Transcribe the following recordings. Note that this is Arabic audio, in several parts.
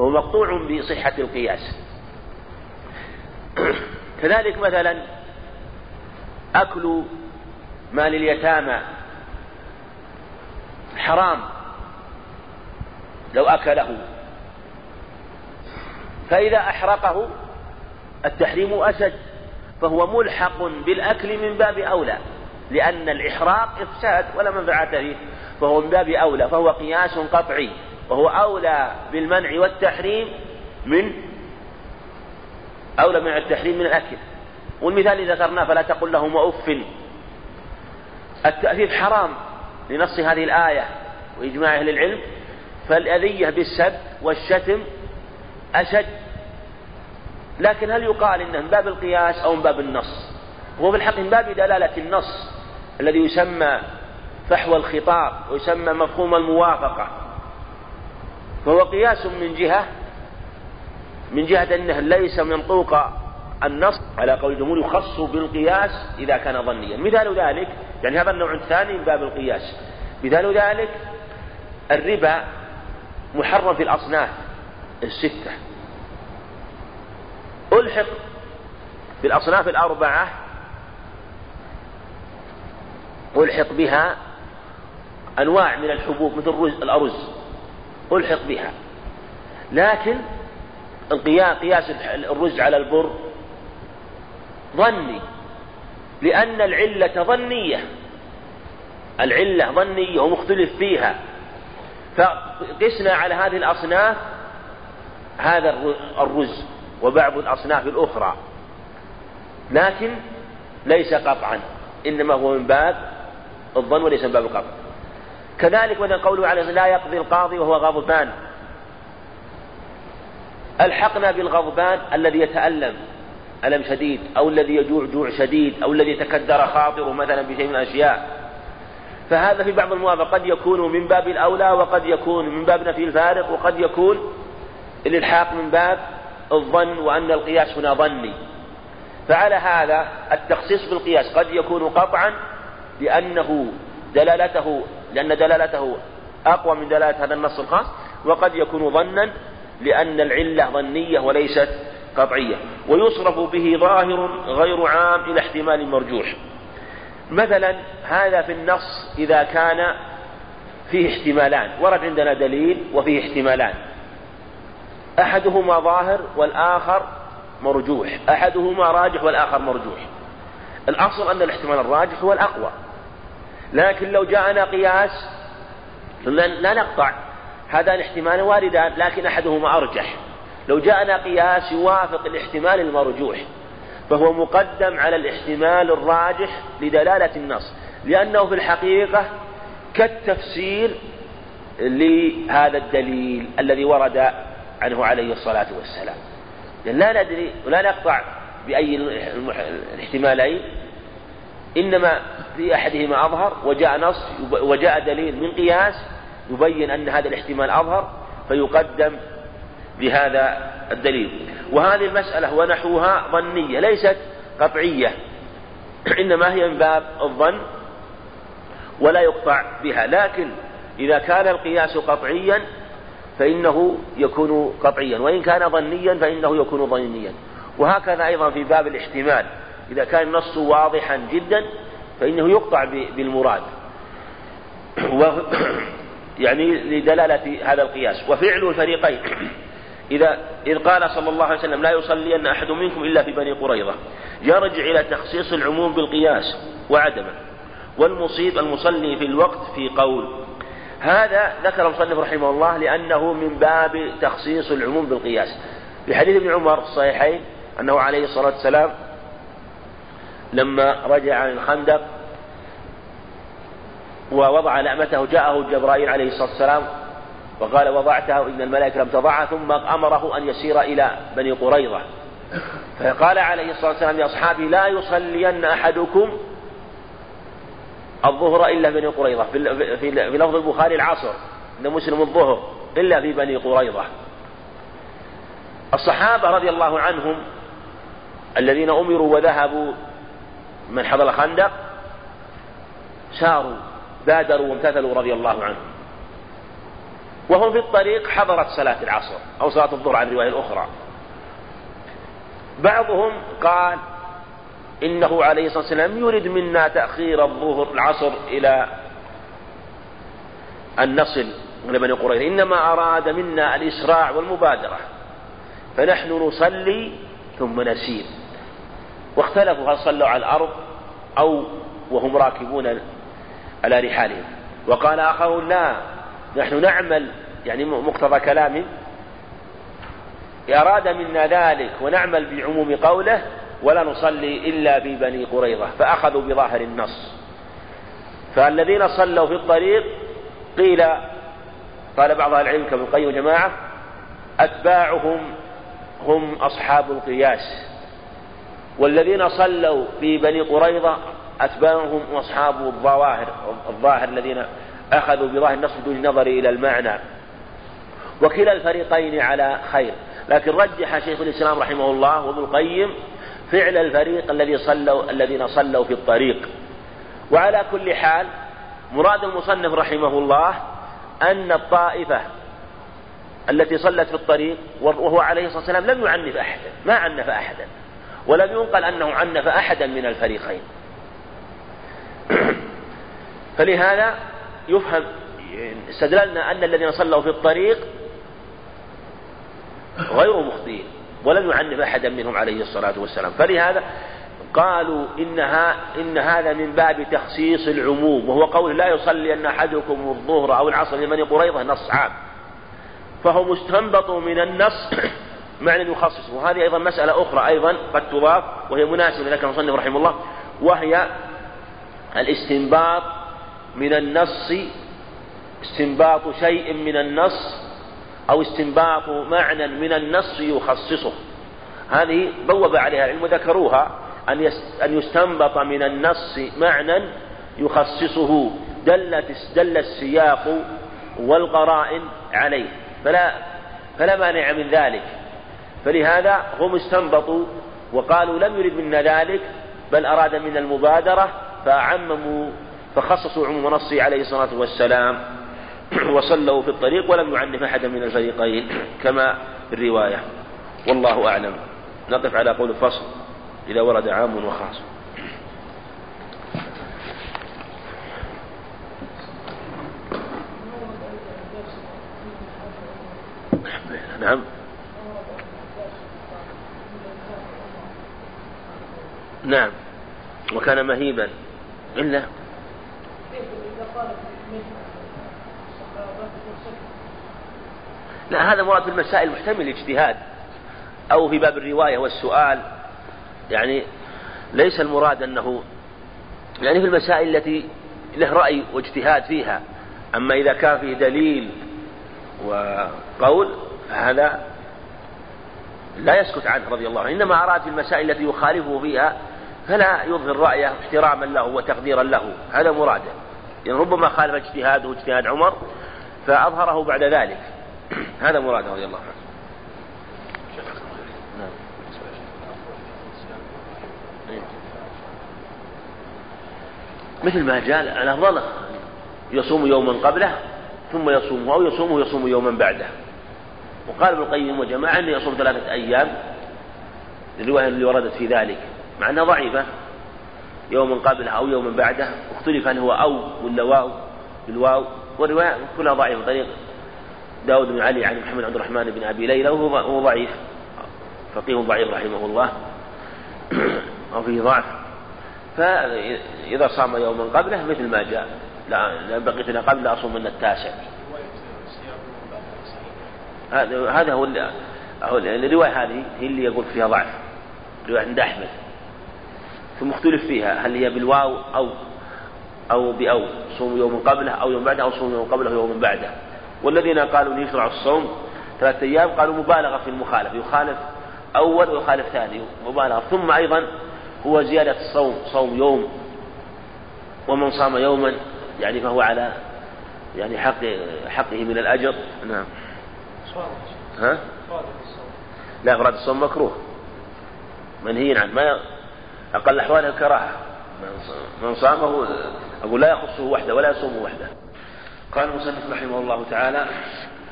فهو مقطوع بصحة القياس. كذلك مثلا أكل مال اليتامى حرام لو أكله، فإذا أحرقه التحريم أشد، فهو ملحق بالأكل من باب أولى، لأن الإحراق إفساد ولا منفعة فيه، فهو من باب أولى، فهو قياس قطعي، وهو أولى بالمنع والتحريم من التحريم من الأكل. والمثال الذي ذكرناه فلا تقل لهما أف، التأثير حرام لنص هذه الآية وإجماع أهل العلم، فالأذية بالسب والشتم أشد. لكن هل يقال إنه من باب القياس أو من باب النص؟ هو بالحق من باب دلالة النص الذي يسمى فحوى الخطاب ويسمى مفهوم الموافقة، فهو قياس من جهة أنه ليس منطوق النص على قول الجمهور، يخص بالقياس إذا كان ظنيا. مثال ذلك يعني هذا النوع الثاني من باب القياس، مثال ذلك الربا محرم في الأصناف الستة، ألحق بالأصناف الأربعة، ألحق بها أنواع من الحبوب مثل الأرز ألحق بها، لكن قياس الرز على البر ظني، لأن العلة ظنية ومختلف فيها، فقسنا على هذه الأصناف هذا الرز وبعض الأصناف الأخرى، لكن ليس قطعا، إنما هو من باب الظن وليس من باب القطع. كذلك مثلا قوله عليه لا يقضي القاضي وهو غضبان، ألحقنا بالغضبان الذي يتألم ألم شديد، أو الذي يجوع جوع شديد، أو الذي يتكدر خاطره مثلا بشيء من الأشياء، فهذا في بعض المواضع قد يكون من باب الأولى، وقد يكون من باب نفي الفارق، وقد يكون الإلحاق من باب الظن، وأن القياس هنا ظني. فعلى هذا التخصيص بالقياس قد يكون قطعا لأن دلالته أقوى من دلالة هذا النص الخاص، وقد يكون ظنا لأن العلة ظنية وليست قطعية، ويصرف به ظاهر غير عام إلى احتمال مرجوح. مثلا هذا في النص إذا كان فيه احتمالان، ورد عندنا دليل وفيه احتمالان، أحدهما ظاهر والآخر مرجوح، أحدهما راجح والآخر مرجوح. الأصل أن الاحتمال الراجح هو الأقوى، لكن لو جاءنا قياس لا نقطع، هذا الاحتمال واردان لكن أحدهما أرجح. لو جاءنا قياس يوافق الاحتمال المرجوح فهو مقدم على الاحتمال الراجح لدلالة النص، لأنه في الحقيقة كالتفسير لهذا الدليل الذي ورد عنه عليه الصلاة والسلام. لا ندري ولا نقطع بأي الاحتمالين، إنما في أحدهما أظهر وجاء دليل من قياس يبين أن هذا الاحتمال أظهر فيقدم بهذا الدليل. وهذه المسألة ونحوها ظنية ليست قطعية، إنما هي من باب الظن ولا يقطع بها، لكن إذا كان القياس قطعيا فإنه يكون قطعيا، وإن كان ظنيا فإنه يكون ظنيا. وهكذا أيضا في باب الاحتمال، إذا كان النص واضحا جدا فإنه يقطع بالمراد يعني لدلالة هذا القياس. وفعل الفريقين إذ قال صلى الله عليه وسلم لا يصلين أحد منكم إلا في بني قريظة، يرجع إلى تخصيص العموم بالقياس وعدمه، والمصيب المصلي في الوقت في قول. هذا ذكر المصنف رحمه الله لأنه من باب تخصيص العموم بالقياس، في حديث ابن عمر الصحيحين أنه عليه الصلاة والسلام لما رجع عن الخندق ووضع لأمته جاءه جبرائيل عليه الصلاة والسلام وقال وضعتها إن الملائكة لم تضعها، ثم أمره أن يسير إلى بني قريظة، فقال عليه الصلاة والسلام لأصحابه لا يصلين أحدكم الظهر إلا بني قريظة، في لفظ البخاري العصر، إن مسلم الظهر إلا في بني قريظة. الصحابة رضي الله عنهم الذين أمروا وذهبوا من حضر الخندق ساروا بادروا وامتثلوا رضي الله عنهم، وهم في الطريق حضرت صلاة العصر أو صلاة الظهر على الرواية الأخرى. بعضهم قال إنه عليه الصلاة والسلام يريد منا تأخير الظهر العصر إلى أن نصل لبني قريظة، إنما أراد منا الإسراع والمبادرة، فنحن نصلي ثم نسير. واختلفوا هل صلوا على الأرض أو وهم راكبون على رحالهم. وقال آخرون لا، نحن نعمل، يعني مقتضى كلامه أراد منا ذلك ونعمل بعموم قوله ولا نصلي إلا في بني قريظة، فأخذوا بظاهر النص. فالذين صلوا في الطريق قال بعض أهل العلم كابن القيم وجماعة أتباعهم هم أصحاب القياس، والذين صلوا في بني قريظة أتباعهم أصحاب الظاهر الذين أخذوا بظاهر النص بدون نظر إلى المعنى. وكلا الفريقين على خير، لكن رجح شيخ الإسلام رحمه الله وابن القيم فعل الفريق الذين صلوا في الطريق. وعلى كل حال مراد المصنف رحمه الله أن الطائفة التي صلت في الطريق وهو عليه الصلاة والسلام لم يعنف أحدا، ما عنف أحدا، ولم ينقل أنه عنف أحدا من الفريقين. فلهذا يفهم استدللنا أن الذين صلوا في الطريق غير مخطئين ولم يعنف أحدا منهم عليه الصلاة والسلام. فلهذا قالوا إن هذا من باب تخصيص العموم، وهو قول لا يصلي أن أحدكم الظهر أو العصر لبني قريظة نص عام، فهم استنبطوا من النص معنى يخصص. وهذه أيضا مسألة أخرى أيضا قد تضاف وهي مناسبة لك المصنف رحمه الله، وهي الاستنباط من النص، استنباط شيء من النص أو استنباط معنى من النص يخصصه. هذه بوب عليها العلم وذكروها أن يستنبط من النص معنى يخصصه دل السياق والقرائن عليه، فلا مانع من ذلك. فلهذا هم استنبطوا وقالوا لم يرد منا ذلك بل أراد من المبادرة، فعمموا فخصصوا عموم نصه عليه الصلاة والسلام وصلوا في الطريق ولم يعنف أحدا من الفريقين كما في الرواية. والله أعلم. نقف على قول الفصل إذا ورد عام وخاص. نعم. نعم، وكان مهيبا إلا لا، هذا مراد في المسائل محتمل الاجتهاد أو في باب الرواية والسؤال، يعني ليس المراد أنه يعني في المسائل التي له رأي واجتهاد فيها. أما إذا كان فيه دليل وقول فهذا لا يسكت عنه رضي الله عنه، إنما أراد في المسائل التي يخالفه فيها فلا يظهر رأيه احتراما له وتقديرا له، هذا مراده. يعني ربما خالف اجتهاده واجتهاد عمر فأظهره بعد ذلك، هذا مراده رضي الله عنه. مثل ما جاء الأفضل يصوم يوما قبله ثم يصومه، أو يصوم يوما بعده. وقال ابن القيم وجماعة أنه يصوم 3 أيام، الرواية اللي وردت في ذلك مع أنها ضعيفة، يوما قبله أو يوما بعده، واختلف هل هو أو ولا واو بالواو، والرواية كلها ضعيفة. طريق داود بن علي عن محمد عبد الرحمن بن أبي ليلى وهو ضعيف، فقيه ضعيف رحمه الله أو فيه ضعف. فإذا صام يوما قبله مثل ما جاء لا بقيت قبل أصوم من 9. هذا هو الرواية، هذه هي اللي يقول فيها ضعف، الرواية عند أحمد، ثم مختلف فيها هل هي بالواو أو بأو، صوم يوم قبله أو يوم بعده، أو صوم يوم قبله يوم بعده. والذين قالوا يشرع الصوم 3 أيام قالوا مبالغة في المخالف، يخالف أول ويخالف ثاني مبالغة. ثم أيضا هو زيادة الصوم، صوم يوم، ومن صام يوما يعني فهو على يعني حقه من الأجر. نعم. ها؟ لا، إفراد الصوم مكروه منهي عنه، ما أقل أحواله الكراهة. من صامه أقول لا يخصه وحده ولا يصومه وحده. قال المصنف رحمه الله تعالى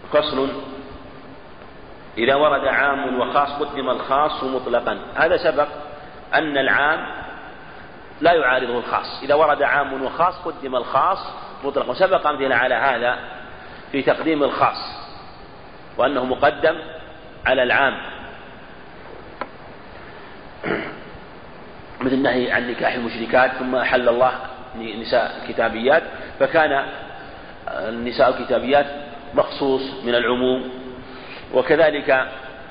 فصل: إذا ورد عام وخاص قدم الخاص مطلقا. هذا سبق أن العام لا يعارضه الخاص، إذا ورد عام وخاص قدم الخاص مطلقا، وسبق أمثلة على هذا في تقديم الخاص وأنه مقدم على العام، مثل النهي عن نكاح المشركات ثم أحل الله نساء الكتابيات، فكان النساء الكتابيات مخصوص من العموم. وكذلك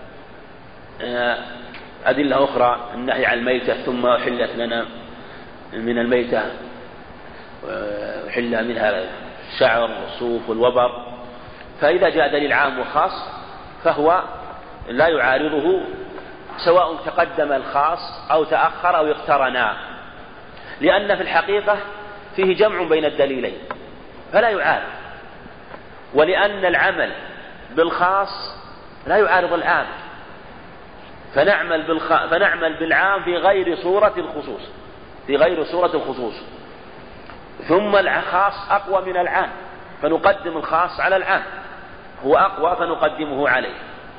أدلة أخرى: النهي عن الميتة ثم أحلت لنا من الميتة، أحل منها الشعر والصوف والوبر. فإذا جاء دليل عام وخاص فهو لا يعارضه، سواء تقدم الخاص أو تأخر أو اقترنا، لأن في الحقيقة فيه جمع بين الدليلين فلا يعارض، ولأن العمل بالخاص لا يعارض العام، فنعمل بالعام في غير صورة الخصوص، ثم الخاص أقوى من العام فنقدم الخاص على العام، هو أقوى فنقدمه عليه.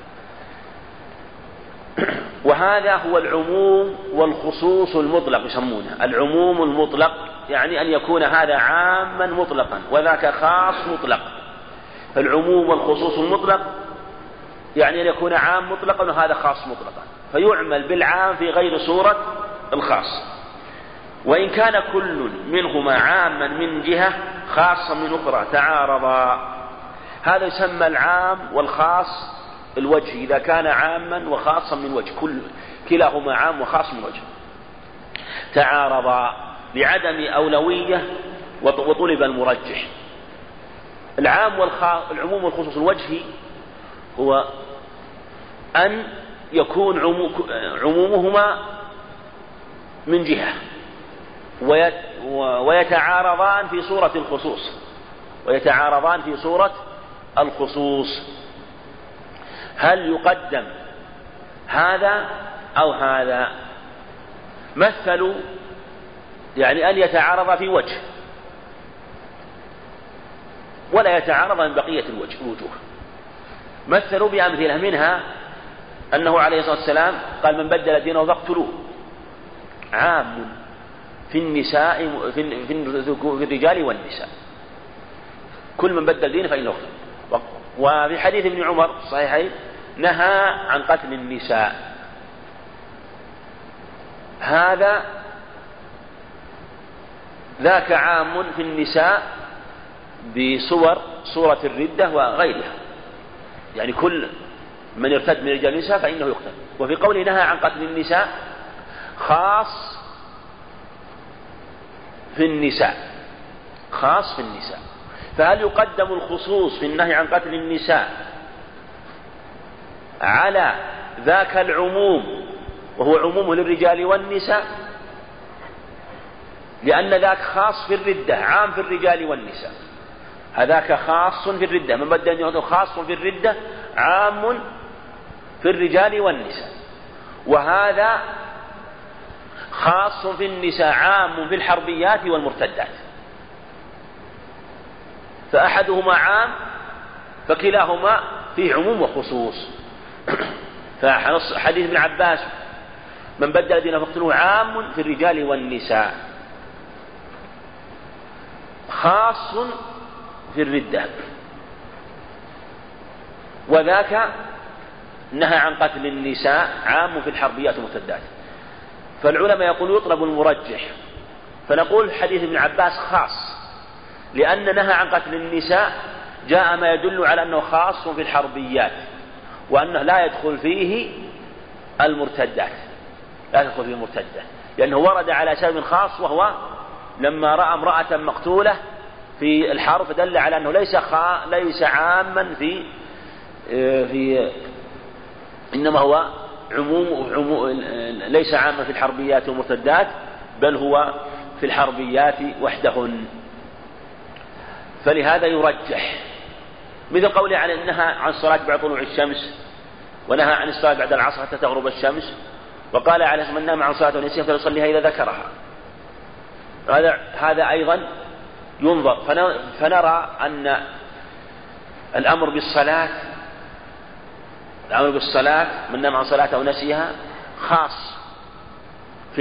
وهذا هو العموم والخصوص المطلق يسمونه. العموم المطلق يعني أن يكون هذا عاما مطلقا وذاك خاص مطلق. العموم والخصوص المطلق يعني أن يكون عام مطلقا وهذا خاص مطلقا، فيعمل بالعام في غير صورة الخاص. وإن كان كل منهما عاما من جهة خاصا من أخرى تعارضا، هذا يسمى العام والخاص الوجه، إذا كان عاما وخاصا من وجه، كلاهما عام وخاص من وجه، تعارضا لعدم أولوية وطلب المرجح. العموم والخصوص الوجهي هو أن يكون عمومهما من جهة ويتعارضان في صورة الخصوص، هل يقدم هذا أو هذا؟ مثلوا يعني أن يتعارض في وجه ولا يتعارض من بقية الوجوه. مثلوا بأمثلة، منها أنه عليه الصلاة والسلام قال: من بدل دينه فاقتلوه، عام في النساء في الرجال والنساء، كل من بدل دينه فإنه يقتل. وفي حديث ابن عمر الصحيحين نهى عن قتل النساء. هذا ذاك عام في النساء بصورة الردة وغيرها، يعني كل من يرتد من رجال النساء فإنه يقتل. وفي قوله نهى عن قتل النساء خاص في النساء. فهل يقدم الخصوص في النهي عن قتل النساء على ذاك العموم وهو عموم للرجال والنساء؟ لأن ذاك خاص في الردة، عام في الرجال والنساء، هذاك خاص في الردة، من بدل أن يكون خاص في الردة عام في الرجال والنساء، وهذا خاص في النساء عام في الحربيات والمرتدات، فأحدهما عام فكلاهما فيه عموم وخصوص. فحديث ابن عباس: من بدل دينه فاقتلوه، عام في الرجال والنساء، خاص في الردة. وذاك نهى عن قتل النساء عام في الحربيات والمرتدات. فالعلماء يقولون يطلب المرجح، فنقول حديث ابن عباس خاص، لأن نهى عن قتل النساء جاء ما يدل على أنه خاص في الحربيات، وأنه لا يدخل فيه المرتدات، لأنه ورد على سبب خاص، وهو لما رأى امرأة مقتولة في الحرب فدل على أنه ليس عاما في إنما هو عموم ليس عاما في الحربيات والمرتدات، بل هو في الحربيات وحدهن. فلهذا يرجح، مثل قوله عن النهى عن الصلاة بعد طلوع الشمس، ونهى عن الصلاة بعد العصر حتى تغرب الشمس، وقال عليه من نام عن صلاة ونسيها فليصليها إذا ذكرها. هذا أيضا ينظر، فنرى أن الأمر بالصلاة من نام عن صلاة أو نسيها خاص في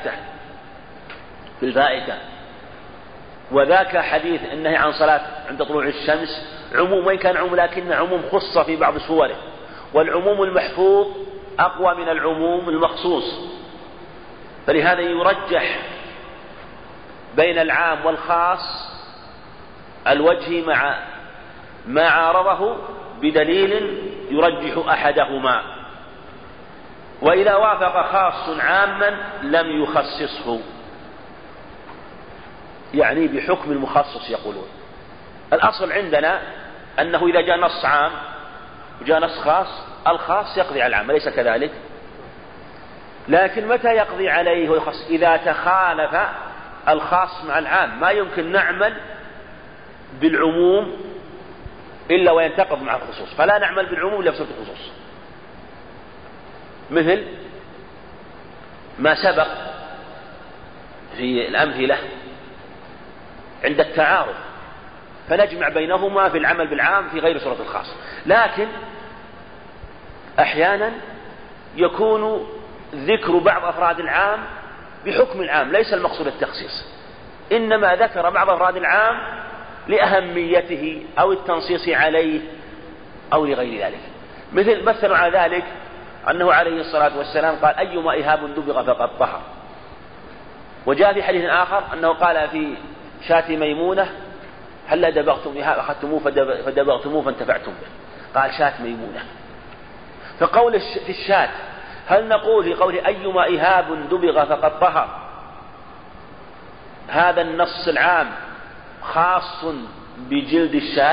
الفائتة، وذاك حديث النهي عن صلاة عند طلوع الشمس عموم، وإن كان عموم لكن عموم خص في بعض صوره، والعموم المحفوظ أقوى من العموم المخصوص، فلهذا يرجح بين العام والخاص الوجه مع ما عارضه بدليل يرجح أحدهما، وإذا وافق خاص عاما لم يخصصه، يعني بحكم المخصص. يقولون الأصل عندنا أنه إذا جاء نص عام وجاء نص خاص الخاص يقضي على العام، أليس كذلك؟ لكن متى يقضي عليه ويخص؟ إذا تخالف الخاص مع العام، ما يمكن نعمل بالعموم إلا وينتقض مع الخصوص، فلا نعمل بالعموم إلا بصورة الخصوص، مثل ما سبق في الأمثلة عند التعارض، فنجمع بينهما في العمل بالعام في غير صورة الخاص. لكن أحيانا يكون ذكر بعض أفراد العام بحكم العام، ليس المقصود التخصيص، إنما ذكر بعض أفراد العام لأهميته أو التنصيص عليه أو لغير ذلك. مثل على ذلك أنه عليه الصلاة والسلام قال أيما إهاب دبغ فقد طهر، وجاء في حديث آخر أنه قال في شاة ميمونة هل دبغتم إهاب أخذتموه فدبغتموه فانتفعتم به، قال شاة ميمونة. فقول في الشاة هل نقول في قول أيما إهاب دبغ فقد طهر هذا النص العام خاص بجلد الشاة؟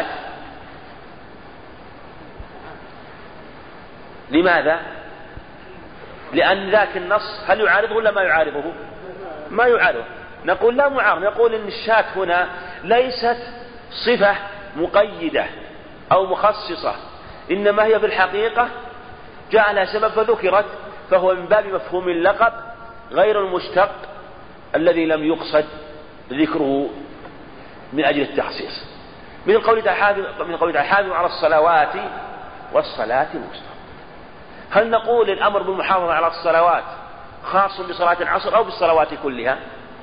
لماذا؟ لأن ذاك النص هل يعارضه ولا ما يعارضه؟ ما يعارضه. نقول لا معارض، نقول إن الشاة هنا ليست صفة مقيدة أو مخصصة، إنما هي في الحقيقة جاء لها سبب فذكرت، فهو من باب مفهوم اللقب غير المشتق الذي لم يقصد ذكره من أجل التخصيص. من قوله تعالى حافظوا على الصلوات والصلاة الوسطى، هل نقول الأمر بالمحافظة على الصلوات خاص بصلاة العصر أو بالصلوات كلها؟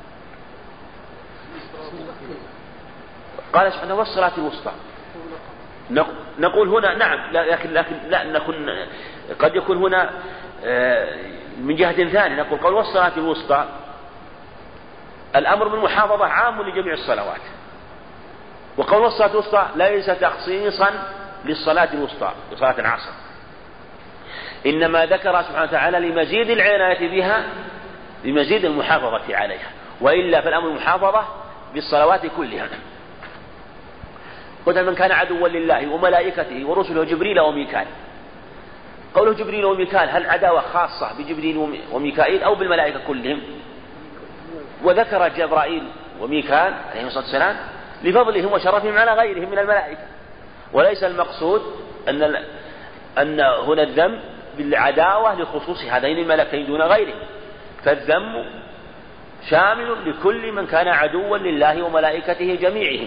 قال سبحانه والصلاة الوسطى، نقول هنا نعم، لكن لا نكون قد يكون هنا من جهة ثانية، نقول قول والصلاة الوسطى الأمر بالمحافظة عام لجميع الصلوات، وقول والصلاة الوسطى ليس تخصيصا للصلاة الوسطى لصلاة العصر، إنما ذكر سبحانه وتعالى لمزيد العناية بها، لمزيد المحافظة عليها، وإلا فالأمر المحافظة بالصلوات كلها. قلت من كان عدوا لله وملائكته ورسله وجبريل وميكال، قوله جبريل وميكال هل عداوة خاصة بجبريل وميكائيل أو بالملائكة كلهم؟ وذكر جبرائيل وميكال عليهم الصلاة والسلام لفضلهم وشرفهم على غيرهم من الملائكة، وليس المقصود أن هنا الذم بالعداوة لخصوص هذين الملكين دون غيرهم، فالذم شامل لكل من كان عدوا لله وملائكته جميعهم،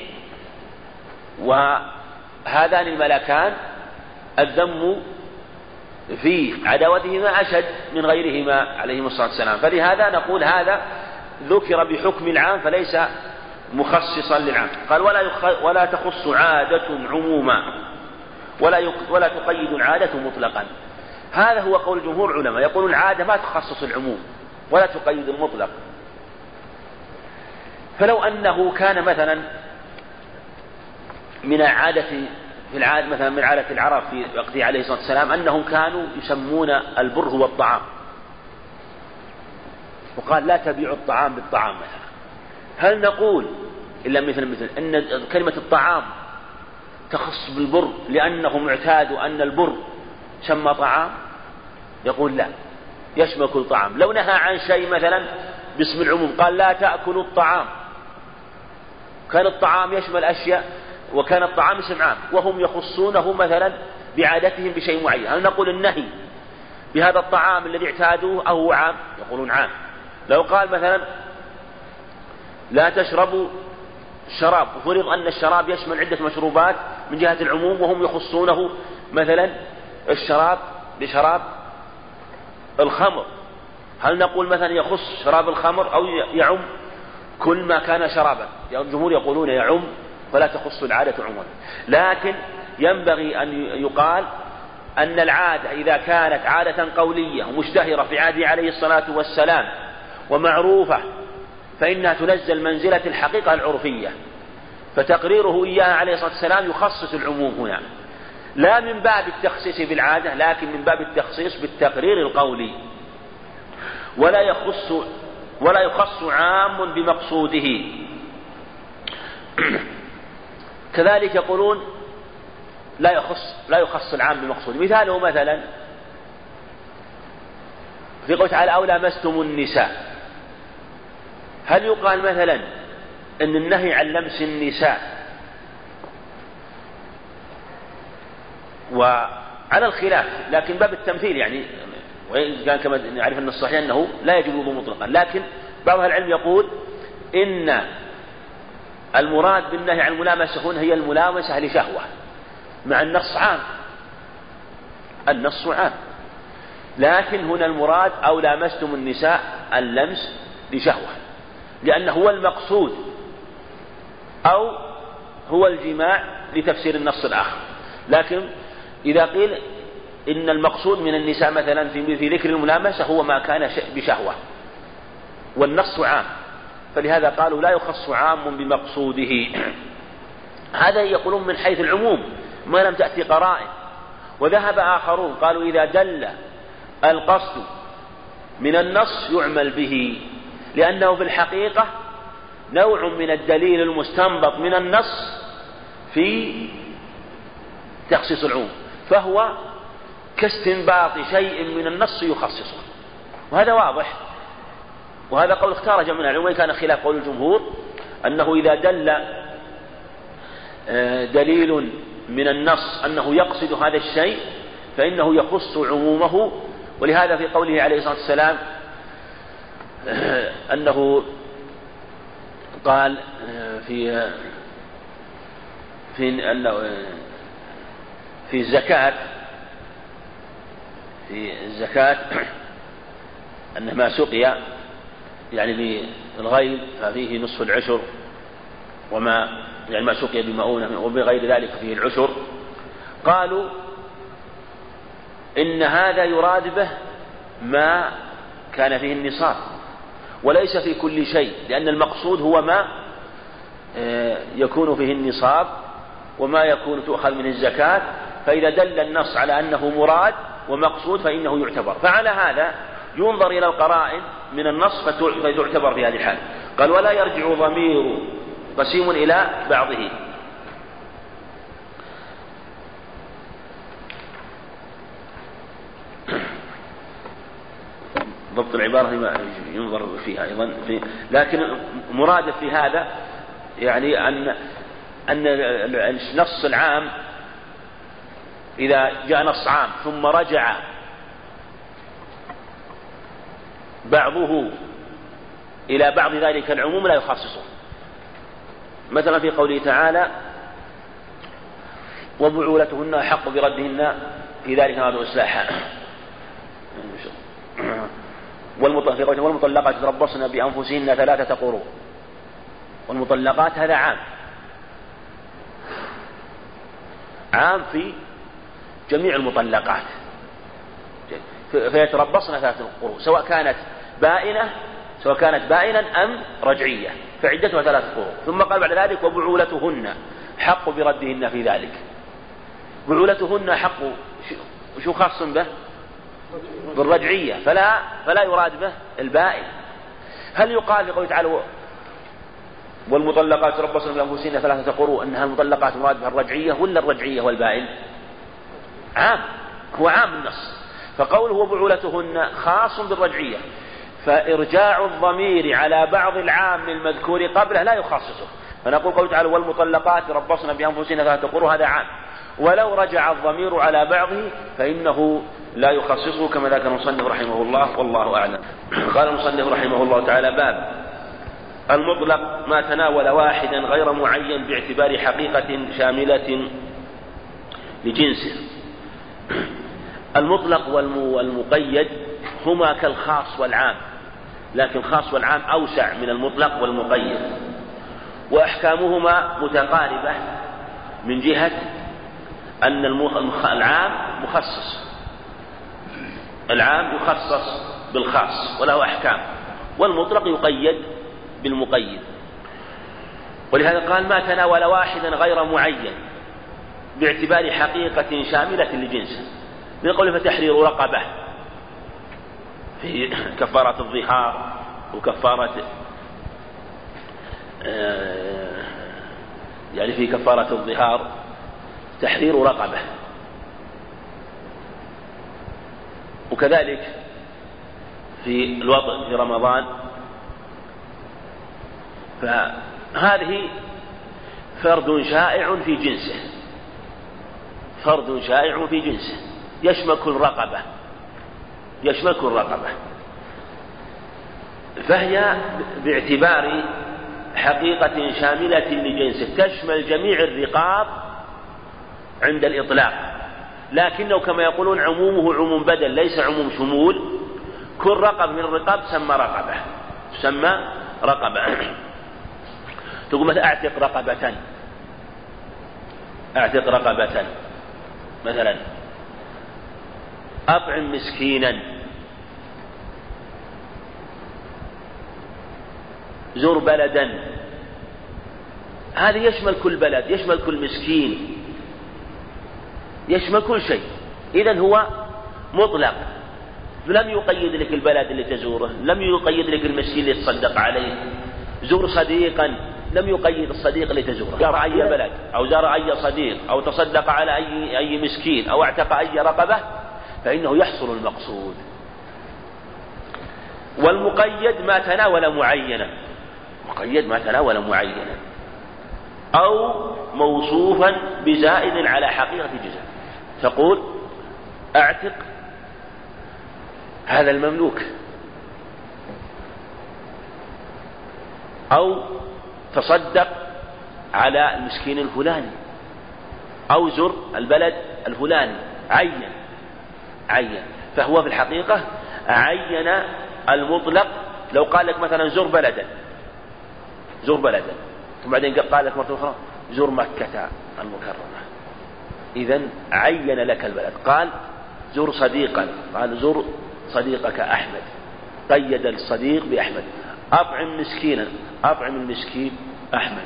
وهذان الملكان الذم في عداوتهما أشد من غيرهما عليهم الصلاة والسلام، فلهذا نقول هذا ذكر بحكم العام فليس مخصصا للعام. قال ولا تخص عادة عموما ولا تقيد العادة مطلقا. هذا هو قول جمهور العلماء، يقولون العادة ما تخصص العموم ولا تقيد المطلق. فلو أنه كان مثلا من عادة مثلا من عادة العرب في وقته عليه الصلاة والسلام أنهم كانوا يسمون البر هو الطعام، وقال لا تبيع الطعام بالطعام مثلا، هل نقول إلا مثل أن كلمة الطعام تخص بالبر لأنهم اعتادوا أن البر سمى طعام؟ يقول لا، يشمل كل طعام. لو نهى عن شيء مثلا باسم العموم قال لا تأكلوا الطعام، كان الطعام يشمل أشياء وكان الطعام اسم عام، وهم يخصونه مثلا بعادتهم بشيء معين، هل نقول النهي بهذا الطعام الذي اعتادوه أو هو عام؟ يقولون عام. لو قال مثلا لا تشربوا الشراب وفرض أن الشراب يشمل عدة مشروبات من جهة العموم، وهم يخصونه مثلا الشراب بشراب الخمر. هل نقول مثلا يخص شراب الخمر أو يعم كل ما كان شرابا؟ الجمهور يقولون يعم فلا تخص العادة عموما. لكن ينبغي أن يقال أن العادة إذا كانت عادة قولية ومشتهرة في عهده عليه الصلاة والسلام ومعروفة فإنها تنزل منزلة الحقيقة العرفية، فتقريره إياها عليه الصلاة والسلام يخصص العموم هنا، لا من باب التخصيص بالعادة لكن من باب التخصيص بالتقرير القولي، ولا يخص عام بمقصوده. كذلك يقولون لا يخص العام بمقصوده. مثاله مثلا في قوله تعالى أو لامستم النساء، هل يقال مثلا أن النهي عن لمس النساء وعلى الخلاف لكن باب التمثيل يعني، وإن كان كما نعرف أن الصحيح أنه لا يجب الوضوء مطلقا، لكن بعض أهل العلم يقول إن المراد بالنهي عن الملامسة هنا هي الملامسة لشهوة، مع النص عام، النص عام، لكن هنا المراد أو لامستم النساء اللمس لشهوة، لأنه هو المقصود، أو هو الجماع لتفسير النص الآخر. لكن إذا قيل إن المقصود من النساء مثلا في ذكر الملامسة هو ما كان بشهوة والنص عام، فلهذا قالوا لا يخص عام بمقصوده. هذا يقولون من حيث العموم ما لم تأتي قرائن. وذهب آخرون قالوا إذا دل القصد من النص يعمل به، لأنه في الحقيقة نوع من الدليل المستنبط من النص في تخصيص العموم، فهو كاستنباط شيء من النص يخصصه، وهذا واضح. وهذا قول اختار جمع من العلماء، وإن كان خلاف قول الجمهور أنه إذا دل دليل من النص أنه يقصد هذا الشيء فإنه يخص عمومه. ولهذا في قوله عليه الصلاة والسلام أنه قال في الزكاة أن ما سقي يعني بالغيب ففيه نصف العشر، وما يعني ما سقي بمؤونة وبغير ذلك فيه العشر. قالوا إن هذا يراد به ما كان فيه النصاب وليس في كل شيء، لأن المقصود هو ما يكون فيه النصاب وما يكون تؤخذ منه الزكاة، فإذا دل النص على أنه مراد ومقصود فإنه يعتبر. فعلى هذا ينظر إلى القرائن من النص فتعتبر في هذه الحال. قال ولا يرجع ضمير قسيم إلى بعضه. ضبط العبارة ينظر فيها أيضا لكن مراد في هذا يعني أن النص العام إذا جاء نص عام ثم رجع بعضه إلى بعض ذلك العموم لا يخصصه. مثلا في قوله تعالى وبعولتهن أحق بردهن في ذلك هذا إصلاحا، والمطلقات يتربصن بأنفسهن 3 قروء. والمطلقات هذا عام في جميع المطلقات، فيتربصن 3 قروء سواء كانت بائنا أم رجعية، فعدتها 3 قروء. ثم قال بعد ذلك وبعولتهن حق بردهن في ذلك. بعولتهن حق شو خاص به؟ بالرجعية، فلا يراد به البائن. هل يقال في قوله تعالى والمطلقات يتربصن بأنفسهن 3 قروء أنها المطلقات مراد بها الرجعية ولا الرجعية والبائن؟ عام، هو عام النص. فقوله وبعولتهن خاص بالرجعية، فإرجاع الضمير على بعض العام المذكور قبله لا يخصصه. فنقول قوله تعالى والمطلقات يتربصن بأنفسهن 3 قروء هذا عام، ولو رجع الضمير على بعضه فإنه لا يخصصه كما ذكر المصنف رحمه الله، والله أعلم. قال المصنف رحمه الله تعالى باب المطلق ما تناول واحدا غير معين باعتبار حقيقة شاملة لجنسه. المطلق والمقيد هما كالخاص والعام، لكن الخاص والعام أوسع من المطلق والمقيد، وأحكامهما متقاربة من جهة أن العام مخصص، العام يخصص بالخاص وله أحكام، والمطلق يقيد بالمقيد. ولهذا قال ما تناول واحدا غير معين باعتبار حقيقة شاملة لجنسه، من قوله فتحرير رقبة في كفارة الظهار وكفارة يعني في كفارة الظهار تحرير رقبة، وكذلك في الوضع في رمضان. فهذه فرد شائع في جنسه، فرد شائع في جنسه يشمل كل رقبة، يشمل كل رقبة، فهي باعتبار حقيقة شاملة لجنسه تشمل جميع الرقاب عند الإطلاق، لكنه كما يقولون عمومه عموم بدل ليس عموم شمول. كل رقب من الرقاب تسمى رقبة، تسمى رقبة. تقول مثلا أعتق رقبة، أعتق رقبة مثلا، أطعم مسكينا، زر بلدا. هذا يشمل كل بلد، يشمل كل مسكين، يشمل كل شيء. إذن هو مطلق، لم يقيد لك البلد اللي تزوره، لم يقيد لك المسكين اللي تصدق عليه. زور صديقا، لم يقيد الصديق اللي تزوره، زار أي بلد أو زار أي صديق أو تصدق على أي مسكين أو اعتق أي رقبة فإنه يحصل المقصود. والمقيد ما تناول معينا، مقيد ما تناول معينا أو موصوفا بزائد على حقيقة جزء. تقول أعتق هذا المملوك، أو تصدق على المسكين الفلاني، أو زر البلد الفلاني، عين. فهو في الحقيقة عين المطلق. لو قال لك مثلا زر بلدا ثم بعدين قال لك مرة أخرى زر مكة المكرمة، إذن عين لك البلد. قال زر صديقا، قال زر صديقك أحمد، قيد الصديق بأحمد. أطعم مسكينا، أطعم المسكين أحمد،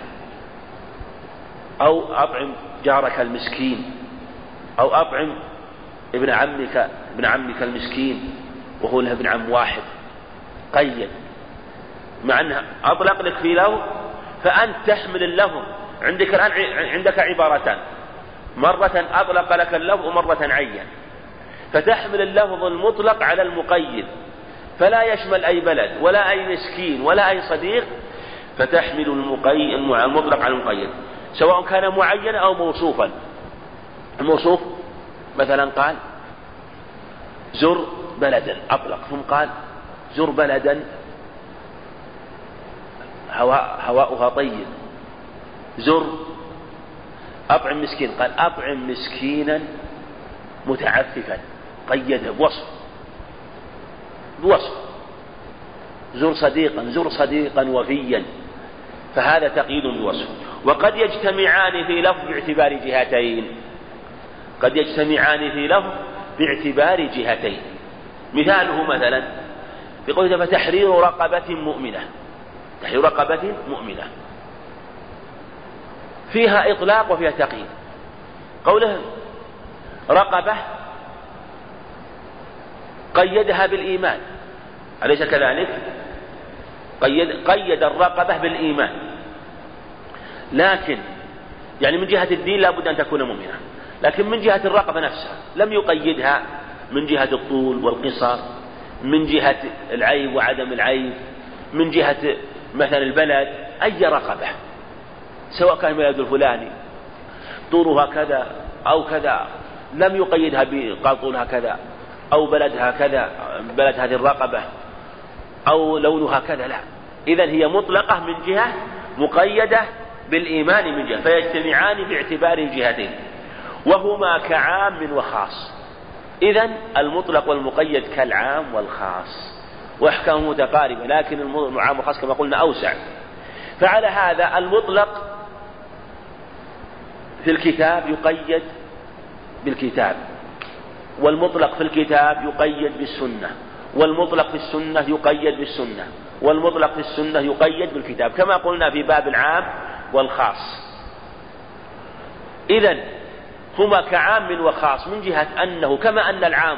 أو أطعم جارك المسكين، أو أطعم ابن عمك المسكين وهو له ابن عم واحد. قيد، مع أنها أطلق لك في له، فأنت تحمل اللفظ. عندك الآن عندك عبارتان، مرة أطلق لك اللفظ ومرة عين، فتحمل اللفظ المطلق على المقيد، فلا يشمل أي بلد ولا أي مسكين ولا أي صديق، فتحمل المطلق على المقيد سواء كان معينا أو موصوفا. الموصوف مثلا قال زر بلدا، أطلق، ثم قال زر بلدا هواؤها طيب. زر أطعم مسكين، قال أطعم مسكينا متعففا، قيده بوصف. زر صديقا وفيا، فهذا تقييد بوصف. وقد يجتمعان في لفظ باعتبار جهتين، قد يجتمعان في لفظ باعتبار جهتين. مثاله مثلا في قوله فتحرير رقبة مؤمنة، تحرير رقبة مؤمنة فيها إطلاق وفيها تقييد. قوله رقبة قيدها بالإيمان، أليس كذلك؟ قيد الرقبة بالإيمان، لكن يعني من جهة الدين لا بد أن تكون مؤمنة، لكن من جهة الرقبة نفسها لم يقيدها من جهة الطول والقصر، من جهة العيب وعدم العيب، من جهة مثلا البلد. أي رقبة سواء كان البلد الفلاني طولها كذا أو كذا، لم يقيدها قال طولها كذا أو بلدها كذا، بلد هذه الرقبة أو لونها كذا، لا. إذن هي مطلقة من جهة، مقيدة بالإيمان من جهة، فيجتمعان باعتبار الجهتين. وهما كعام وخاص. إذن المطلق والمقيد كالعام والخاص، وأحكامه متقاربة، لكن العام والخاص كما قلنا أوسع. فعلى هذا المطلق في الكتاب يقيد بالكتاب، والمطلق في الكتاب يقيد بالسنة، والمطلق في السنة يقيد بالسنة، والمطلق في السنة يقيد بالكتاب، كما قلنا في باب العام والخاص. إذن هما كعام وخاص من جهة أنه كما أن العام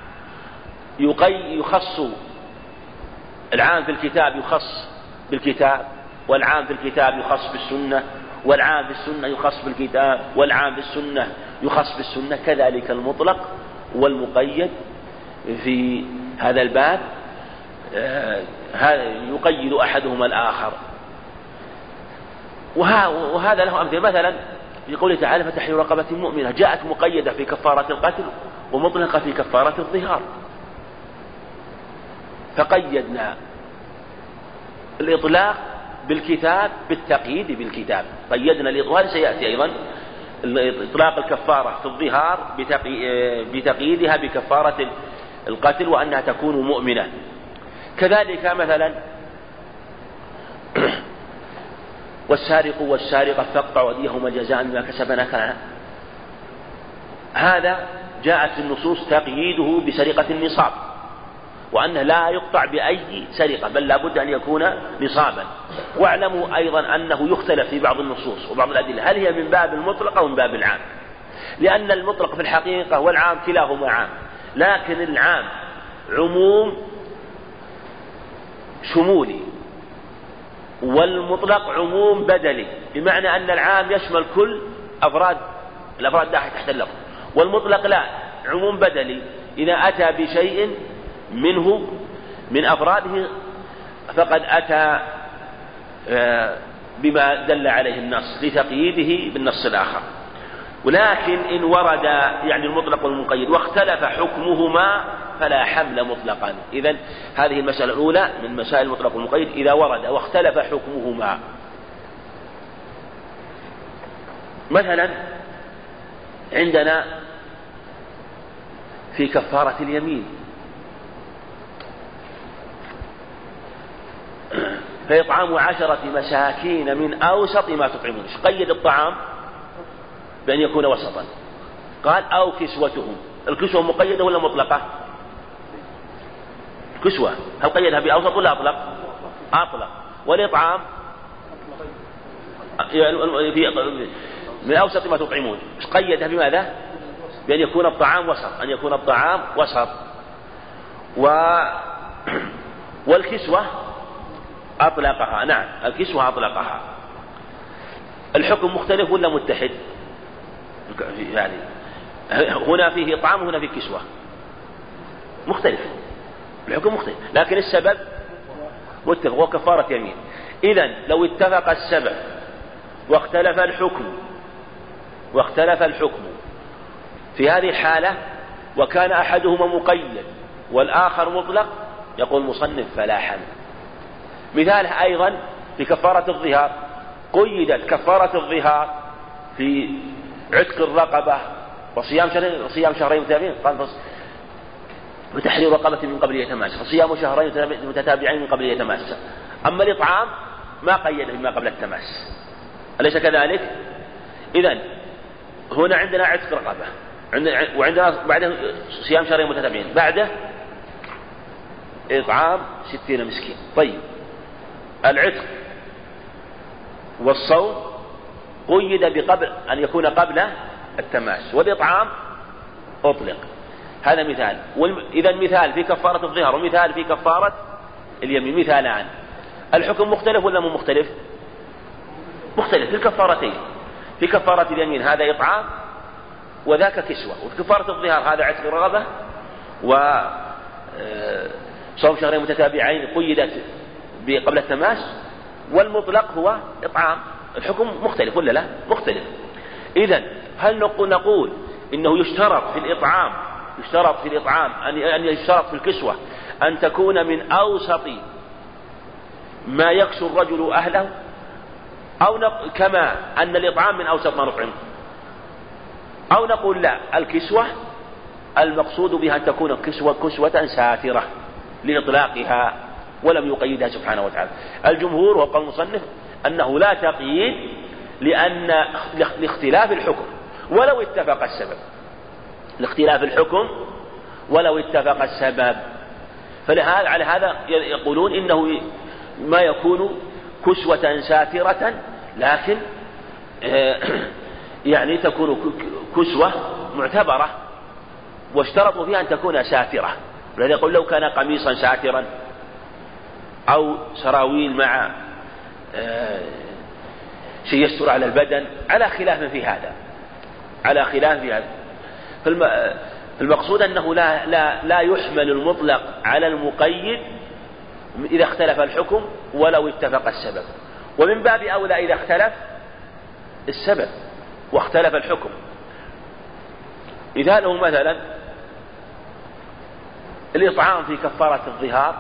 يخص، العام في الكتاب يخص بالكتاب، والعام في الكتاب يخص بالسنة، والعام في السنة يخص بالكتاب، والعام في السنة يخص بالسنة، كذلك المطلق والمقيد في هذا الباب يقيد أحدهما الآخر. وهذا له أمثلة، مثلا في قوله تعالى فتحرير رقبة مؤمنة، جاءت مقيدة في كفارة القتل ومطلقة في كفارة الظهار، فقيدنا الإطلاق بالكتاب بالتقييد بالكتاب، قيدنا الإطلاق. سيأتي أيضا إطلاق الكفارة في الظهار بتقييدها بكفارة القتل وأنها تكون مؤمنة. كذلك مثلا والسارق والسارقة فاقطعوا أيديهما جزاء بما كسبا نكالا، هذا جاءت النصوص تقييده بسرقة النصاب، وأنه لا يقطع بأي سرقة بل لا بد أن يكون نصابا. واعلموا أيضا أنه يختلف في بعض النصوص وبعض الأدلة هل هي من باب المطلق أو من باب العام، لأن المطلق في الحقيقة والعام كلاهما عام، لكن العام عموم شمولي والمطلق عموم بدلي، بمعنى أن العام يشمل كل الأفراد داخل تحت اللفظ، والمطلق لا، عموم بدلي، إذا أتى بشيء منه من أفراده فقد أتى بما دل عليه النص لتقييده بالنص الآخر. ولكن إن ورد يعني المطلق والمقيد واختلف حكمهما فلا حمل مطلقا. إذن هذه المسألة الأولى من مسائل المطلق والمقيد، إذا ورد واختلف حكمهما. مثلا عندنا في كفارة اليمين فإطعام 10 مساكين من أوسط ما تطعمون، قيد الطعام بأن يكون وسطا، قال أو كسوتهم. الكسوة مقيدة ولا مطلقة؟ كسوة هل قيدها بأوسط ولا أطلق؟ أطلق. والإطعام من أوسط ما تطعمون، قيدها بماذا؟ بأن يكون الطعام وسط، أن يكون الطعام وسط. والكسوة أطلقها، نعم الكسوة أطلقها. الحكم مختلف ولا متحد؟ يعني هنا فيه إطعام وهنا فيه كسوة، مختلف، الحكم مختلف، لكن السبب متفق، هو كفارة يمين. إذن لو اتفق السبب واختلف الحكم في هذه الحالة وكان أحدهما مقيد والآخر مطلق، يقول المصنف فلا حمل. مثاله أيضا في كفارة الظهار، قيدت كفارة الظهار في عتق الرقبة وصيام شهرين متتابعين، قال وتحرير رقبة من قبل يتماس، فصيام شهرين متتابعين من قبل يتماس. أما الإطعام ما قيده بما قبل التماس، أليس كذلك؟ إذن هنا عندنا عتق رقبة، وعندنا بعده صيام شهرين متتابعين، بعده إطعام 60 مسكين. طيب العتق والصوم قيد بقبل أن يكون قبل التماس، والإطعام أطلق. هذا مثال. إذا مثال في كفارة الظهر ومثال في كفارة اليمين، مثالان. الحكم مختلف ولا مو مختلف؟ مختلف في الكفارتين. في كفارة اليمين هذا إطعام وذاك كسوة، وفي كفارة الظهر هذا عتق رغبة وصوم شهرين متتابعين قيدت قبل التماس، والمطلق هو إطعام. الحكم مختلف ولا لا؟ مختلف. إذن هل نقول إنه يشترط في الإطعام أن يشترط في الكسوة أن تكون من أوسط ما يكسو الرجل أهله، أو كما أن الإطعام من أوسط ما نطعم؟ أو نقول لا، الكسوة المقصود بها أن تكون كسوة ساترة لإطلاقها ولم يقيدها سبحانه وتعالى. الجمهور وقال المصنف أنه لا تقييد لأن لاختلاف الحكم ولو اتفق السبب، لاختلاف الحكم ولو اتفق السبب. فلهذا على هذا يقولون إنه ما يكون كسوة ساترة، لكن يعني تكون كسوة معتبرة، واشترطوا فيها أن تكون ساترة. ولذلك يقول لو كان قميصا ساترا أو سراويل مع شيء يستر على البدن، على خلاف في هذا، على خلاف في هذا. فالمقصود أنه لا يحمل المطلق على المقيد إذا اختلف الحكم ولو اتفق السبب، ومن باب أولى إذا اختلف السبب واختلف الحكم. مثاله مثلا الإطعام في كفارة الظهار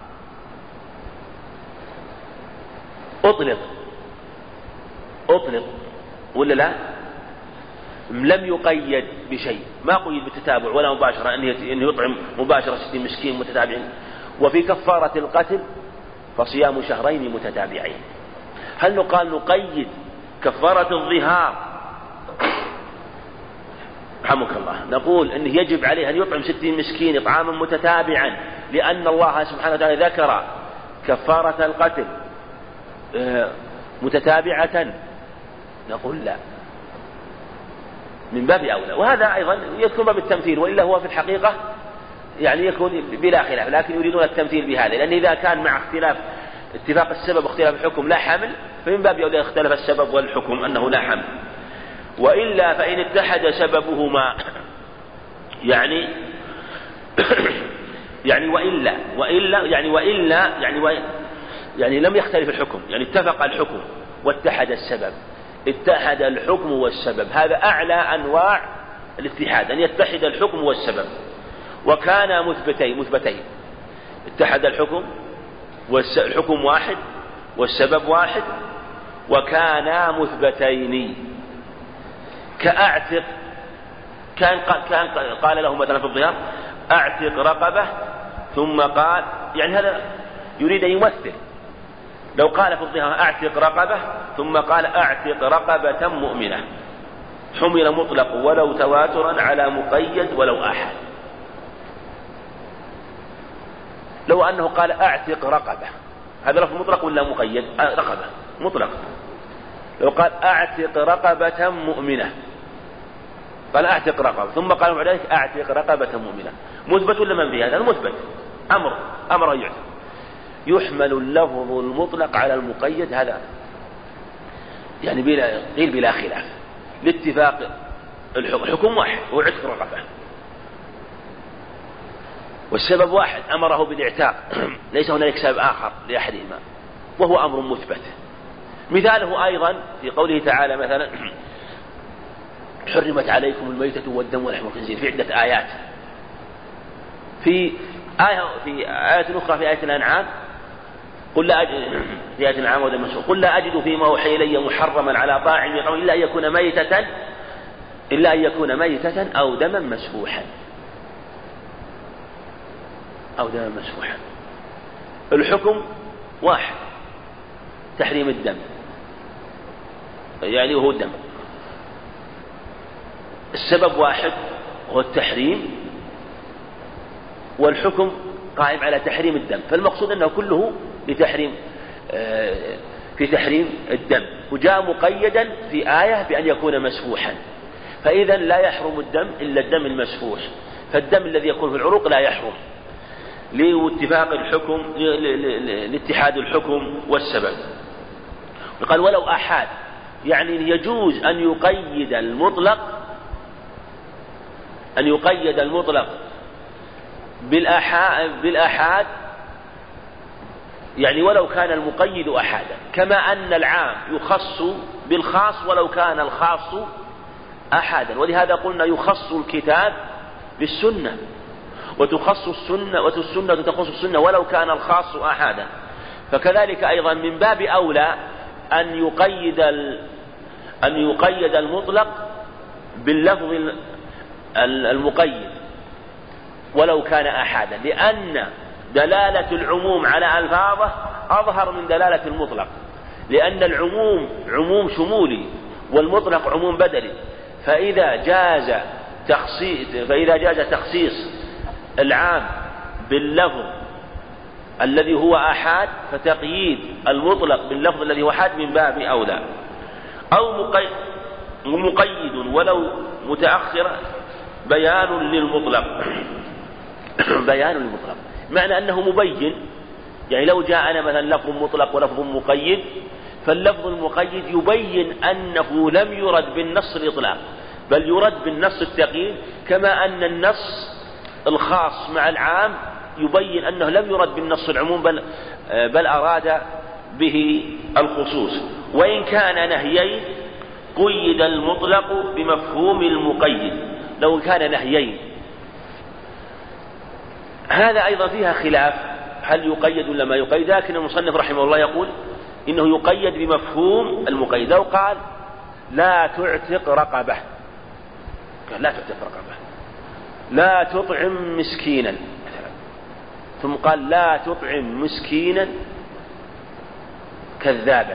أطلق ولا لا؟ لم يقيد بشيء، ما قيد بالتتابع ولا مباشرة أنه يطعم مباشرة 60 مسكين متتابعين. وفي كفارة القتل فصيام شهرين متتابعين. هل نقيد كفارة الظهار؟ رحمك الله، نقول أنه يجب عليه أن يطعم 60 مسكين إطعاما متتابعا لأن الله سبحانه وتعالى ذكر كفارة القتل متتابعة؟ نقول لا، من باب أولى. وهذا أيضا يذكر باب التمثيل، وإلا هو في الحقيقة يعني يكون بلا خلاف، لكن يريدون التمثيل بهذا، لأن إذا كان مع اختلاف اتفاق السبب واختلاف الحكم لا حمل، فمن باب أولى اختلف السبب والحكم أنه لا حمل. وإلا فإن اتحد سببهما يعني يعني لم يختلف الحكم، يعني اتفق الحكم واتحد السبب، اتحد الحكم والسبب، هذا أعلى أنواع الاتحاد، أن يتحد الحكم والسبب. وكان مثبتين، اتحد الحكم والحكم واحد والسبب واحد، وكانا مثبتين. كأعتق، كان قال له مثلا في الظهار أعتق رقبة، ثم قال، يعني هذا يريد أن يمثل. لو قال في الظهار أعتق رقبة ثم قال أعتق رقبة مؤمنة، حمل مطلق ولو تواترا على مقيد ولو أحد. لو أنه قال أعتق رقبة، هذا لفظ مطلق ولا مقيد؟ رقبة مطلق. لو قال أعتق رقبة مؤمنة، قال أعتق رقبة ثم قال بعد ذلك أعتق رقبة مؤمنة، مثبت ولا منفي؟ هذا المثبت، أمر يعتق. يحمل اللفظ المطلق على المقيد، هذا يعني بلا خلاف لاتفاق الحكم واحد هو عتق رقبة، والسبب واحد أمره بالاعتاق، ليس هنالك سبب آخر لأحدهما، وهو أمر مثبت. مثاله أيضا في قوله تعالى مثلا حرمت عليكم الميتة والدم ولحم الخنزير في عدة آيات. في آية أخرى في آية الأنعام قل لا أجد في آية الأنعام قل لا أجد فيما أوحي إلي محرما على طاعم يطعمه إلا أن يكون ميتة أو دما مسفوحا. الحكم واحد، تحريم الدم، يعني وهو الدم. السبب واحد وهو التحريم، والحكم قائم على تحريم الدم. فالمقصود أنه كله لتحريم في تحريم الدم، وجاء مقيدا في آية بأن يكون مسفوحا. فإذا لا يحرم الدم إلا الدم المسفوح، فالدم الذي يكون في العروق لا يحرم لاتفاق الحكم، لاتحاد الحكم والسبب. وقال ولو أحاد، يعني يجوز أن يقيد المطلق بالآحاد، يعني ولو كان المقيد أحادا، كما أن العام يخص بالخاص ولو كان الخاص أحادا. ولهذا قلنا يخص الكتاب بالسنة، وتخص السنة والسنة تخص السنة ولو كان الخاص أحادا. فكذلك أيضا من باب أولى أن يقيد المطلق باللفظ المقيد ولو كان أحدا، لأن دلالة العموم على ألفاظه أظهر من دلالة المطلق، لأن العموم عموم شمولي والمطلق عموم بدلي. فإذا جاز تخصيص العام باللفظ الذي هو أحاد فتقييد المطلق باللفظ الذي هو أحاد من باب أولى. أو مقيد ولو متأخر بيان للمطلق بيان للمطلق، معنى أنه مبين. يعني لو جاءنا مثلا لفظ مطلق ولفظ مقيد، فاللفظ المقيد يبين أنه لم يرد بالنص الإطلاق، بل يرد بالنص التقييد، كما أن النص الخاص مع العام يبين أنه لم يرد بالنص العموم بل أراد به الخصوص. وإن كان نهيين قيد المطلق بمفهوم المقيد. لو كان نهيين، هذا أيضا فيها خلاف هل يقيد ولا ما يقيد، لكن المصنف رحمه الله يقول إنه يقيد بمفهوم المقيد. لو قال لا تعتق رقبة، قال لا تعتق رقبة، لا تطعم مسكينا مثلا، ثم قال لا تطعم مسكينا كذابا،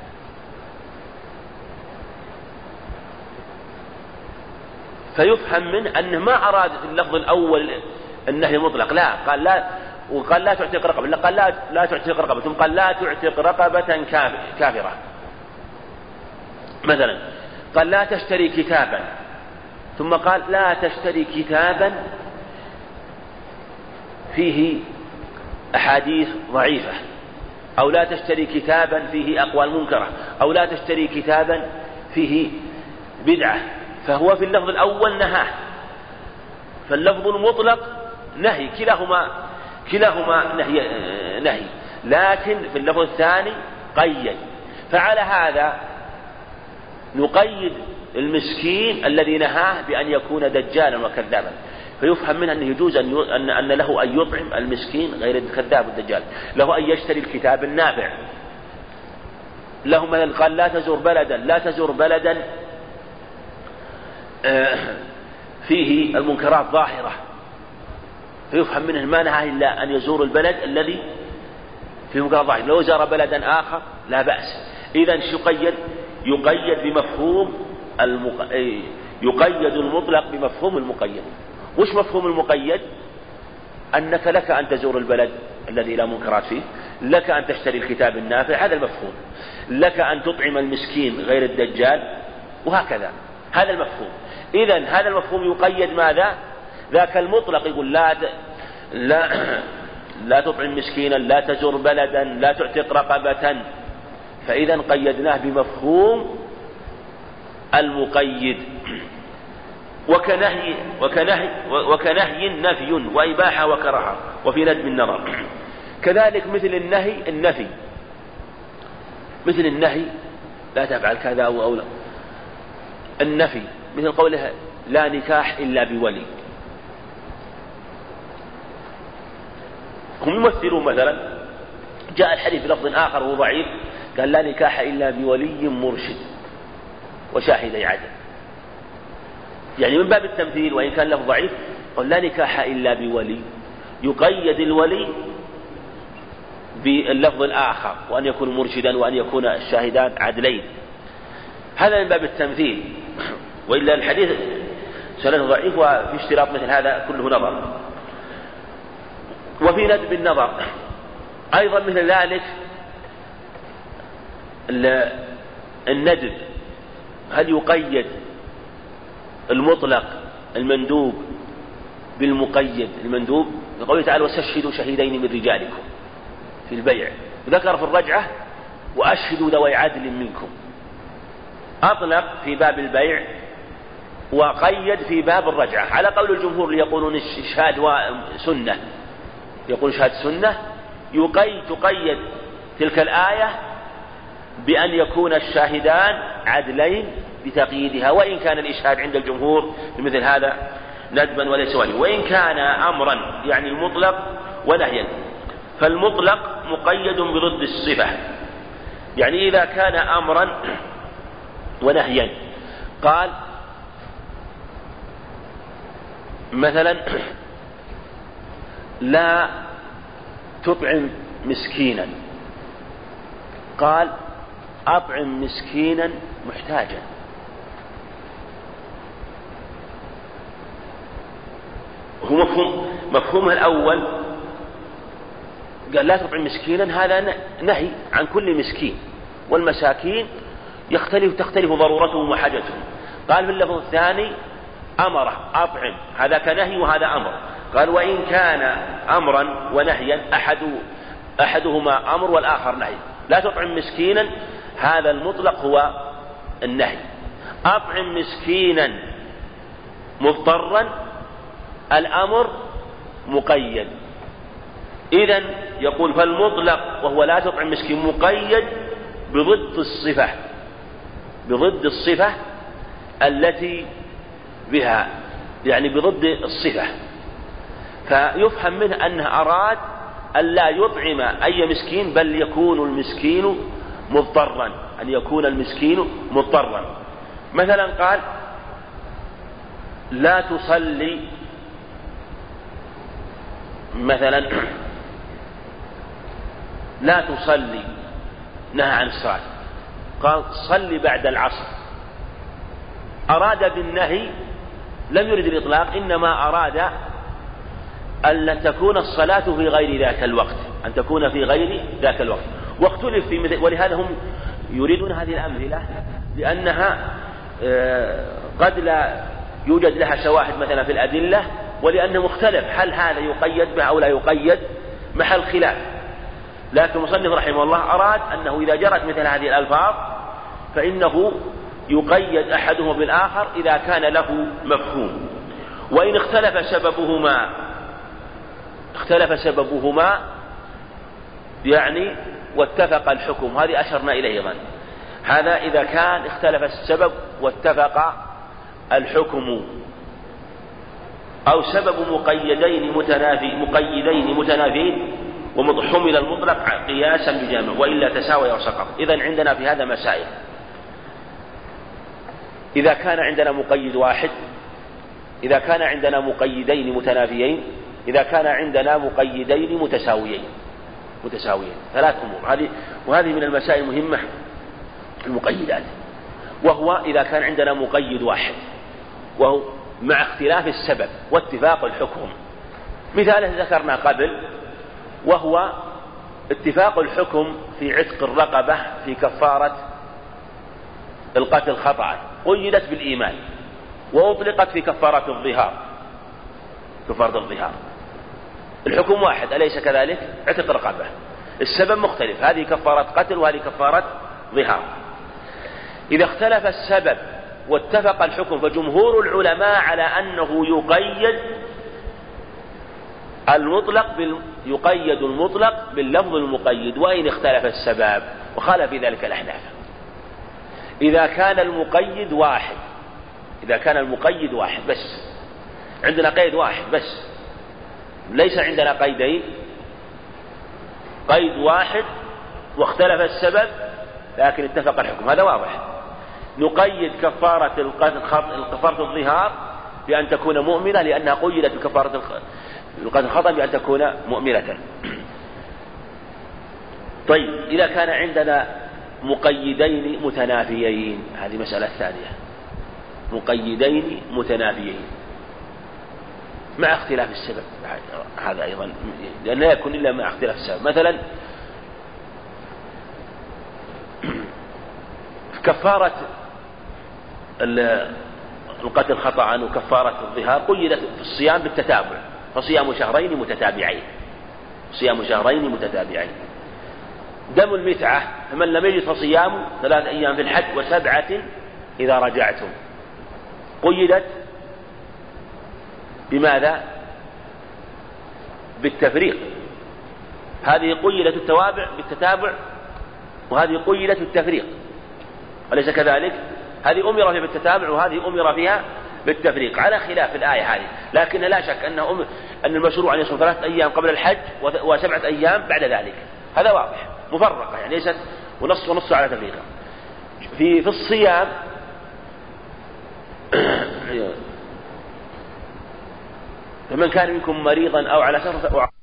فيفهم منه أنه ما أراد في اللفظ الأول النهي مطلق، لا قال لا، وقال لا تعتق رقبة، لا قال لا تعتق رقبة، ثم قال لا تعتق رقبة كافرة مثلا، قال لا تشتري كتابا، ثم قال لا تشتري كتابا فيه أحاديث ضعيفة، أو لا تشتري كتابا فيه أقوال منكرة، أو لا تشتري كتابا فيه بدعة. فهو في اللفظ الأول نهاه، فاللفظ المطلق نهي، كلاهما نهي، لكن في اللفظ الثاني قيد. فعلى هذا نقيد المسكين الذي نهاه بأن يكون دجالا وكذابا، فيفهم منه أنه يجوز أن له أن يطعم المسكين غير الكذاب والدجال، له أن يشتري الكتاب النافع، له مثلا قال لا تزور بلدا فيه المنكرات ظاهرة، فيفهم منه ما نهى إلا أن يزور البلد الذي فيه منكرات ظاهرة، لو زار بلدا آخر لا بأس. إذن يقيد بمفهوم يقيد المطلق بمفهوم المقيد. وش مفهوم المقيد؟ أنك لك أن تزور البلد الذي لا منكرات فيه، لك أن تشتري الكتاب النافع، هذا المفهوم، لك أن تطعم المسكين غير الدجال، وهكذا، هذا المفهوم. إذن هذا المفهوم يقيد ماذا؟ ذاك المطلق يقول لا تطعم مسكينا، لا تزور بلدا، لا تعتق رقبة، فإذا قيدناه بمفهوم المقيد. وكنهي نفي وإباحة وكراهة وفي ندب النظر. كذلك مثل النفي، مثل النهي لا تفعل كذا أو لا، النفي مثل قوله لا نكاح إلا بولي. هم يمثلون مثلا جاء الحديث بلفظ آخر وهو ضعيف، قال لا نكاح إلا بولي مرشد وشاهدي عدل، يعني من باب التمثيل، وإن كان لفظ ضعيف قال لا نكاح إلا بولي، يقيد الولي باللفظ الآخر، وأن يكون مرشدا وأن يكون الشاهدان عدلين، هذا من باب التمثيل. وإلا الحديث سنده ضعيف، وفي اشتراط مثل هذا كله نظر. وفي ندب النظر أيضا مثل ذلك الندب، هل يقيد المطلق المندوب بالمقيد المندوب؟ يقول تعالى واستشهدوا شهيدين من رجالكم في البيع، ذكر في الرجعة وأشهدوا ذوي عدل منكم، أطلق في باب البيع وقيد في باب الرجعة، على قول الجمهور اللي يقولون الشهاد سنة، يقول شهاد سنة، تقيد تلك الآية بأن يكون الشاهدان عدلين بتقييدها، وإن كان الإشهاد عند الجمهور بمثل هذا ندبا وليس واجبا. وإن كان أمرا يعني المطلق ونهيا، فالمطلق مقيد بضد الصفة، يعني إذا كان أمرا ونهيا قال مثلا لا تطعم مسكينا، قال أطعم مسكينا محتاجا، هو مفهومه الأول قال لا تطعم مسكينا، هذا نهي عن كل مسكين، والمساكين تختلف ضرورتهم وحاجتهم. قال في اللفظ الثاني أمره أطعم، هذا كنهي وهذا أمر. قال وإن كان أمرا ونهيا أحدهما أمر والآخر نهي. لا تطعم مسكينا هذا المطلق هو النهي، أطعم مسكينا مضطرا الأمر مقيد. إذن يقول فالمطلق وهو لا تطعم مسكين مقيد بضد الصفة التي بها، يعني بضد الصفة. فيفهم منه أنه أراد أن لا يطعم أي مسكين، بل يكون المسكين مضطرا، أن يكون المسكين مضطرا. مثلا قال لا تصلي، مثلا لا تصلي نهى عن الصلاة، قال صلي بعد العصر. أراد بالنهي لم يرد الإطلاق، إنما أراد أن تكون الصلاة في غير ذاك الوقت، أن تكون في غير ذاك الوقت. واختلف في مثل، ولهذا هم يريدون هذه الأمثلة لأنها قد لا يوجد لها شواهد مثلا في الأدلة، ولأنه مختلف هل هذا يقيد به أو لا يقيد، محل خلاف. لكن المصنف رحمه الله أراد أنه إذا جرت مثل هذه الألفاظ فإنه يقيد أحدهما بالآخر إذا كان له مفهوم. وإن اختلف سببهما يعني واتفق الحكم، هذه أشرنا إليه أيضا. هذا إذا كان اختلف السبب واتفق الحكم، أو سبب مقيدين متنافين وحمل المطلق قياسا بجامع، وإلا تساوي وسقط. إذن عندنا في هذا مسائل: إذا كان عندنا مقيد واحد، إذا كان عندنا مقيدين متنافيين، إذا كان عندنا مقيدين متساويين، ثلاث أمور. وهذه من المسائل المهمة المقيدات. وهو إذا كان عندنا مقيد واحد وهو مع اختلاف السبب واتفاق الحكم. مثاله ذكرنا قبل، وهو اتفاق الحكم في عتق الرقبة في كفارة القتل خطأ، قيدت بالإيمان وأطلقت في كفارة الظهار. الحكم واحد أليس كذلك؟ عتق الرقبة، السبب مختلف، هذه كفارة قتل وهذه كفارة ظهار. إذا اختلف السبب واتفق الحكم فجمهور العلماء على أنه يقيد المطلق باللفظ المقيد وإن اختلف السبب، وخالف في ذلك الأحناف. إذا كان المقيد واحد بس، عندنا قيد واحد بس، ليس عندنا قيدين، قيد واحد واختلف السبب لكن اتفق الحكم، هذا واضح. نقيد كفارة الظهار بأن تكون مؤمنة، لأنها قيدت بكفارة القتل خطأ بأن تكون مؤمنة. طيب، إذا كان عندنا مقيدين متنافيين، هذه مسألة ثانية، مقيدين متنافيين مع اختلاف السبب، هذا أيضا لأن لا يكون إلا مع اختلاف السبب. مثلا كفارة القتل خطأ وكفارة الظهار قيدت في الصيام بالتتابع، فصيام شهرين متتابعين. دم المتعة فمن لم يجد فصيام 3 أيام في الحج و7 إذا رجعتم، قيدت بماذا؟ بالتفريق. هذه قيدت التوابع بالتتابع، وهذه قيدت بالتفريق، أليس كذلك؟ هذه أمر فيها بالتتابع وهذه أمر فيها بالتفريق، على خلاف الآية هذه. لكن لا شك أن المشروع أن يصوم 3 أيام قبل الحج و7 أيام بعد ذلك، هذا واضح، مفرقة يعني ليست ونص على تفريقها. في الصيام فمن كان منكم مريضا أو على سفر